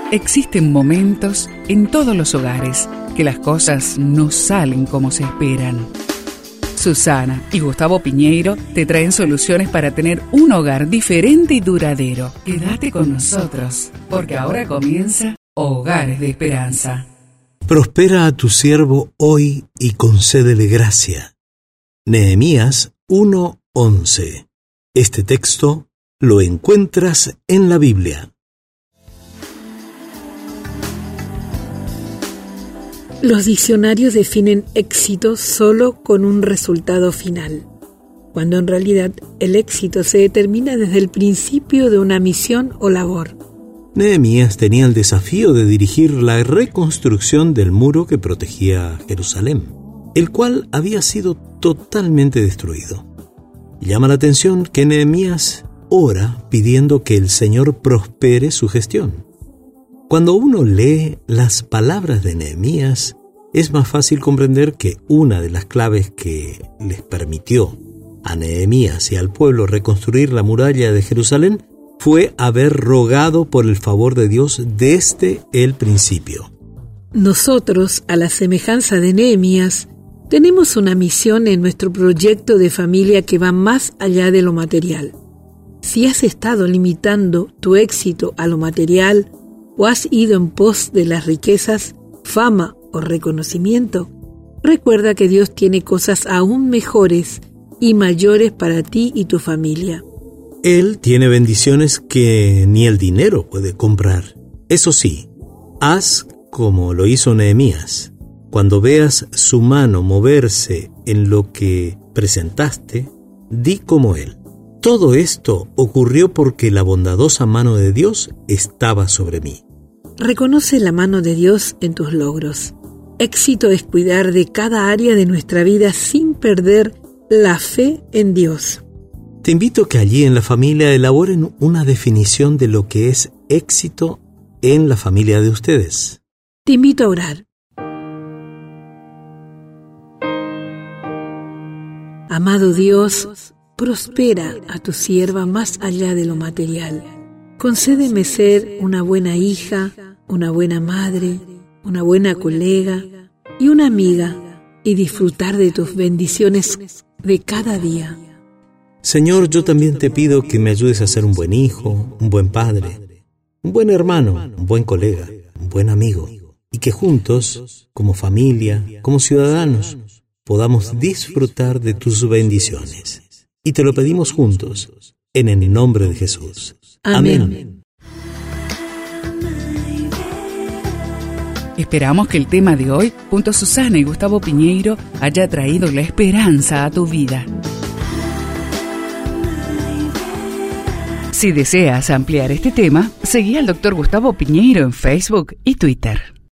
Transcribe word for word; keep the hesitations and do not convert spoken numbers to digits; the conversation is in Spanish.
Existen momentos en todos los hogares que las cosas no salen como se esperan. Susana y Gustavo Piñeiro te traen soluciones para tener un hogar diferente y duradero. Quédate con nosotros, porque ahora comienza Hogares de Esperanza. Prospera a tu siervo hoy y concédele gracia. Nehemías uno once. Este texto lo encuentras en la Biblia. Los diccionarios definen éxito solo con un resultado final, cuando en realidad el éxito se determina desde el principio de una misión o labor. Nehemías tenía el desafío de dirigir la reconstrucción del muro que protegía Jerusalén, el cual había sido totalmente destruido. Llama la atención que Nehemías ora pidiendo que el Señor prospere su gestión. Cuando uno lee las palabras de Nehemías, es más fácil comprender que una de las claves que les permitió a Nehemías y al pueblo reconstruir la muralla de Jerusalén fue haber rogado por el favor de Dios desde el principio. Nosotros, a la semejanza de Nehemías, tenemos una misión en nuestro proyecto de familia que va más allá de lo material. Si has estado limitando tu éxito a lo material, o has ido en pos de las riquezas, fama o reconocimiento, recuerda que Dios tiene cosas aún mejores y mayores para ti y tu familia. Él tiene bendiciones que ni el dinero puede comprar. Eso sí, haz como lo hizo Nehemías. Cuando veas su mano moverse en lo que presentaste, di como él: todo esto ocurrió porque la bondadosa mano de Dios estaba sobre mí. Reconoce la mano de Dios en tus logros. Éxito es cuidar de cada área de nuestra vida sin perder la fe en Dios. Te invito a que allí en la familia elaboren una definición de lo que es éxito en la familia de ustedes. Te invito a orar. Amado Dios, prospera a tu sierva más allá de lo material. Concédeme ser una buena hija, una buena madre, una buena colega y una amiga, y disfrutar de tus bendiciones de cada día. Señor, yo también te pido que me ayudes a ser un buen hijo, un buen padre, un buen hermano, un buen colega, un buen amigo, y que juntos, como familia, como ciudadanos, podamos disfrutar de tus bendiciones. Y te lo pedimos juntos, en el nombre de Jesús. Amén. Amén. Esperamos que el tema de hoy, junto a Susana y Gustavo Piñeiro, haya traído la esperanza a tu vida. Si deseas ampliar este tema, seguí al doctor Gustavo Piñeiro en Facebook y Twitter.